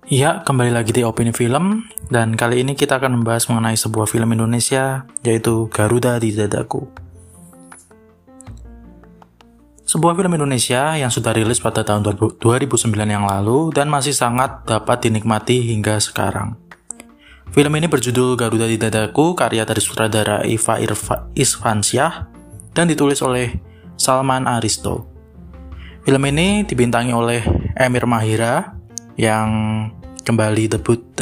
Ya, kembali lagi di Opini Film, dan kali ini kita akan membahas mengenai sebuah film Indonesia, yaitu Garuda di Dadaku. Sebuah film Indonesia yang sudah rilis pada tahun 2009 yang lalu dan masih sangat dapat dinikmati hingga sekarang. Film ini berjudul Garuda di Dadaku, karya dari sutradara Iva Isfansyah dan ditulis oleh Salman Aristo. Film ini dibintangi oleh Emir Mahira yang kembali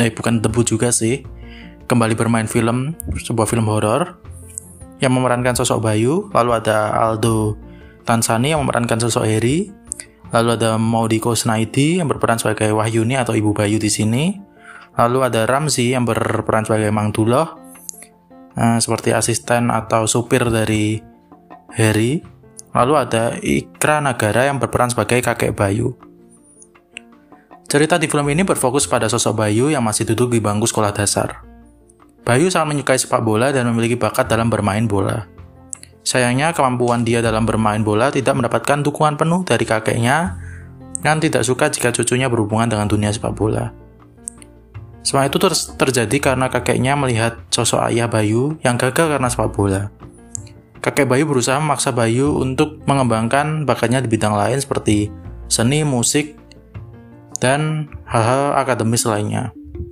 kembali bermain film, sebuah film horor yang memerankan sosok Bayu. Lalu ada Aldo Tansani yang memerankan sosok Heri. Lalu ada Maudy Koesnaedi yang berperan sebagai Wahyuni atau Ibu Bayu di sini. Lalu ada Ramzi yang berperan sebagai Mang Duloh, seperti asisten atau supir dari Heri. Lalu ada Ikra Nagara yang berperan sebagai kakek Bayu. Cerita di film ini berfokus pada sosok Bayu yang masih duduk di bangku sekolah dasar. Bayu sangat menyukai sepak bola dan memiliki bakat dalam bermain bola. Sayangnya kemampuan dia dalam bermain bola tidak mendapatkan dukungan penuh dari kakeknya yang tidak suka jika cucunya berhubungan dengan dunia sepak bola. Semua itu terjadi karena kakeknya melihat sosok ayah Bayu yang gagal karena sepak bola. Kakek Bayu berusaha memaksa Bayu untuk mengembangkan bakatnya di bidang lain seperti seni, musik, dan hal-hal akademis lainnya.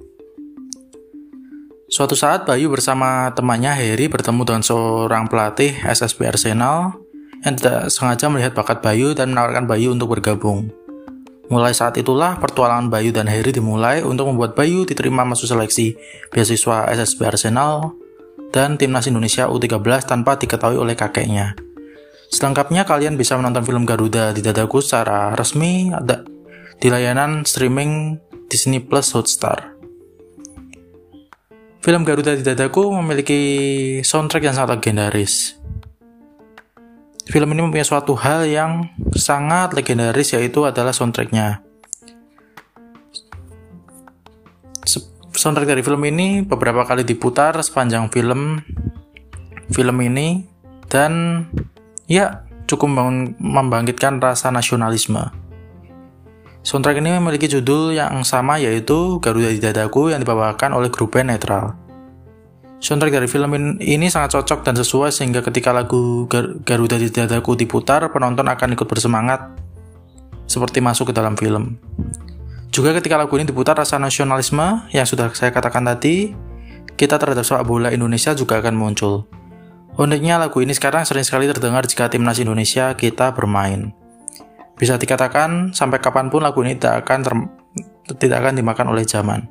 Suatu saat Bayu bersama temannya Heri bertemu dengan seorang pelatih SSB Arsenal yang tidak sengaja melihat bakat Bayu dan menawarkan Bayu untuk bergabung. Mulai saat itulah pertualangan Bayu dan Heri dimulai untuk membuat Bayu diterima masuk seleksi beasiswa SSB Arsenal dan Timnas Indonesia U13 tanpa diketahui oleh kakeknya. Selengkapnya kalian bisa menonton film Garuda di Dadaku secara resmi di layanan streaming Disney Plus Hotstar. Film Garuda di Dadaku memiliki soundtrack yang sangat legendaris. Film ini mempunyai suatu hal yang sangat legendaris, yaitu adalah soundtracknya. Soundtrack dari film ini beberapa kali diputar sepanjang film ini dan ya cukup membangkitkan rasa nasionalisme. Soundtrack ini memiliki judul yang sama, yaitu Garuda di Dadaku, yang dibawakan oleh grup band netral. Soundtrack dari film ini sangat cocok dan sesuai sehingga ketika lagu Garuda di Dadaku diputar, penonton akan ikut bersemangat seperti masuk ke dalam film. Juga ketika lagu ini diputar, rasa nasionalisme yang sudah saya katakan tadi, kita terhadap sepak bola Indonesia juga akan muncul. Uniknya lagu ini sekarang sering sekali terdengar jika timnas Indonesia kita bermain. Bisa dikatakan sampai kapanpun lagu ini tidak akan dimakan oleh zaman.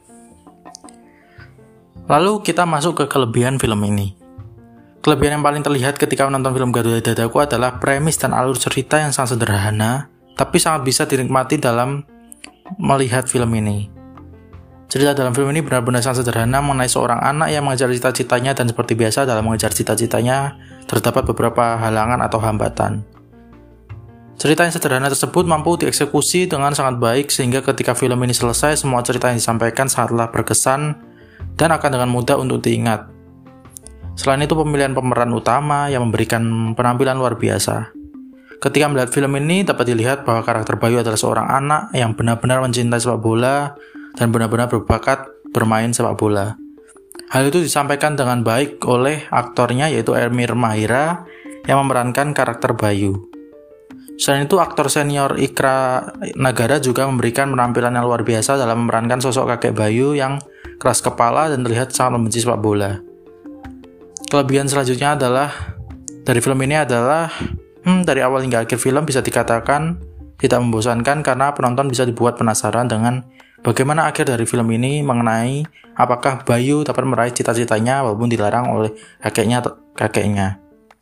Lalu kita masuk ke kelebihan film ini. Kelebihan yang paling terlihat ketika menonton film Garuda di Dadaku adalah premis dan alur cerita yang sangat sederhana, tapi sangat bisa dinikmati dalam melihat film ini. Cerita dalam film ini benar-benar sangat sederhana mengenai seorang anak yang mengejar cita-citanya, dan seperti biasa dalam mengejar cita-citanya terdapat beberapa halangan atau hambatan. Cerita yang sederhana tersebut mampu dieksekusi dengan sangat baik sehingga ketika film ini selesai, semua cerita yang disampaikan sangatlah berkesan dan akan dengan mudah untuk diingat. Selain itu, pemilihan pemeran utama yang memberikan penampilan luar biasa. Ketika melihat film ini, dapat dilihat bahwa karakter Bayu adalah seorang anak yang benar-benar mencintai sepak bola dan benar-benar berbakat bermain sepak bola. Hal itu disampaikan dengan baik oleh aktornya, yaitu Emir Mahira yang memerankan karakter Bayu. Selain itu, aktor senior Ikra Nagara juga memberikan penampilan yang luar biasa dalam memerankan sosok kakek Bayu yang keras kepala dan terlihat sangat membenci sepak bola. Kelebihan selanjutnya dari film ini adalah dari awal hingga akhir film bisa dikatakan tidak membosankan karena penonton bisa dibuat penasaran dengan bagaimana akhir dari film ini mengenai apakah Bayu dapat meraih cita-citanya walaupun dilarang oleh kakeknya.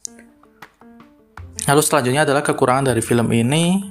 Lalu selanjutnya adalah kekurangan dari film ini.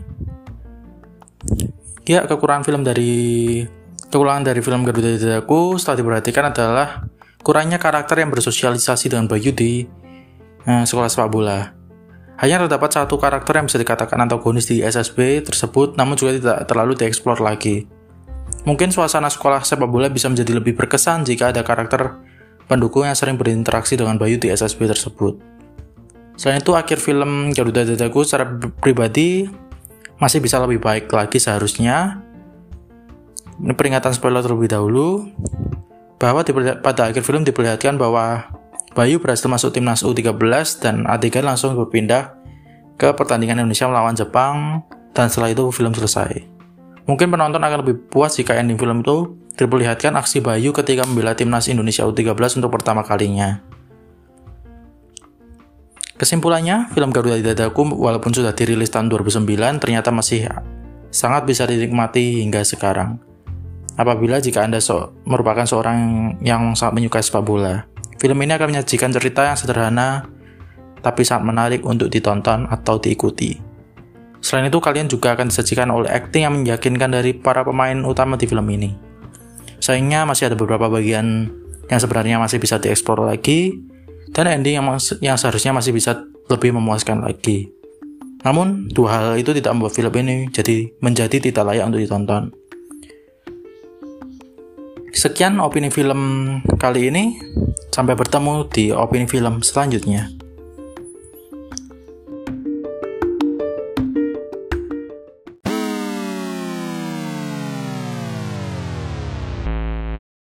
Ya, kekurangan dari film Garuda di Dadaku setelah diperhatikan adalah kurangnya karakter yang bersosialisasi dengan Bayu di sekolah sepak bola. Hanya terdapat satu karakter yang bisa dikatakan antagonis di SSB tersebut, namun juga tidak terlalu dieksplor lagi. Mungkin suasana sekolah sepak bola bisa menjadi lebih berkesan jika ada karakter pendukung yang sering berinteraksi dengan Bayu di SSB tersebut. Selain itu, akhir film Garuda di Dadaku secara pribadi masih bisa lebih baik lagi seharusnya. Ini peringatan spoiler terlebih dahulu, bahwa pada akhir film diperlihatkan bahwa Bayu berhasil masuk timnas U13 dan adegan langsung berpindah ke pertandingan Indonesia melawan Jepang, dan setelah itu film selesai. Mungkin penonton akan lebih puas jika ending film itu diperlihatkan aksi Bayu ketika membela timnas Indonesia U13 untuk pertama kalinya. Kesimpulannya, film Garuda di Dadaku walaupun sudah dirilis tahun 2009 ternyata masih sangat bisa dinikmati hingga sekarang. Apabila jika Anda merupakan seorang yang sangat menyukai sepak bola, film ini akan menyajikan cerita yang sederhana tapi sangat menarik untuk ditonton atau diikuti. Selain itu, kalian juga akan disajikan oleh akting yang meyakinkan dari para pemain utama di film ini. Sayangnya masih ada beberapa bagian yang sebenarnya masih bisa dieksplor lagi, dan ending yang seharusnya masih bisa lebih memuaskan lagi. Namun, dua hal itu tidak membuat film ini menjadi tidak layak untuk ditonton. Sekian opini film kali ini. Sampai bertemu di opini film selanjutnya.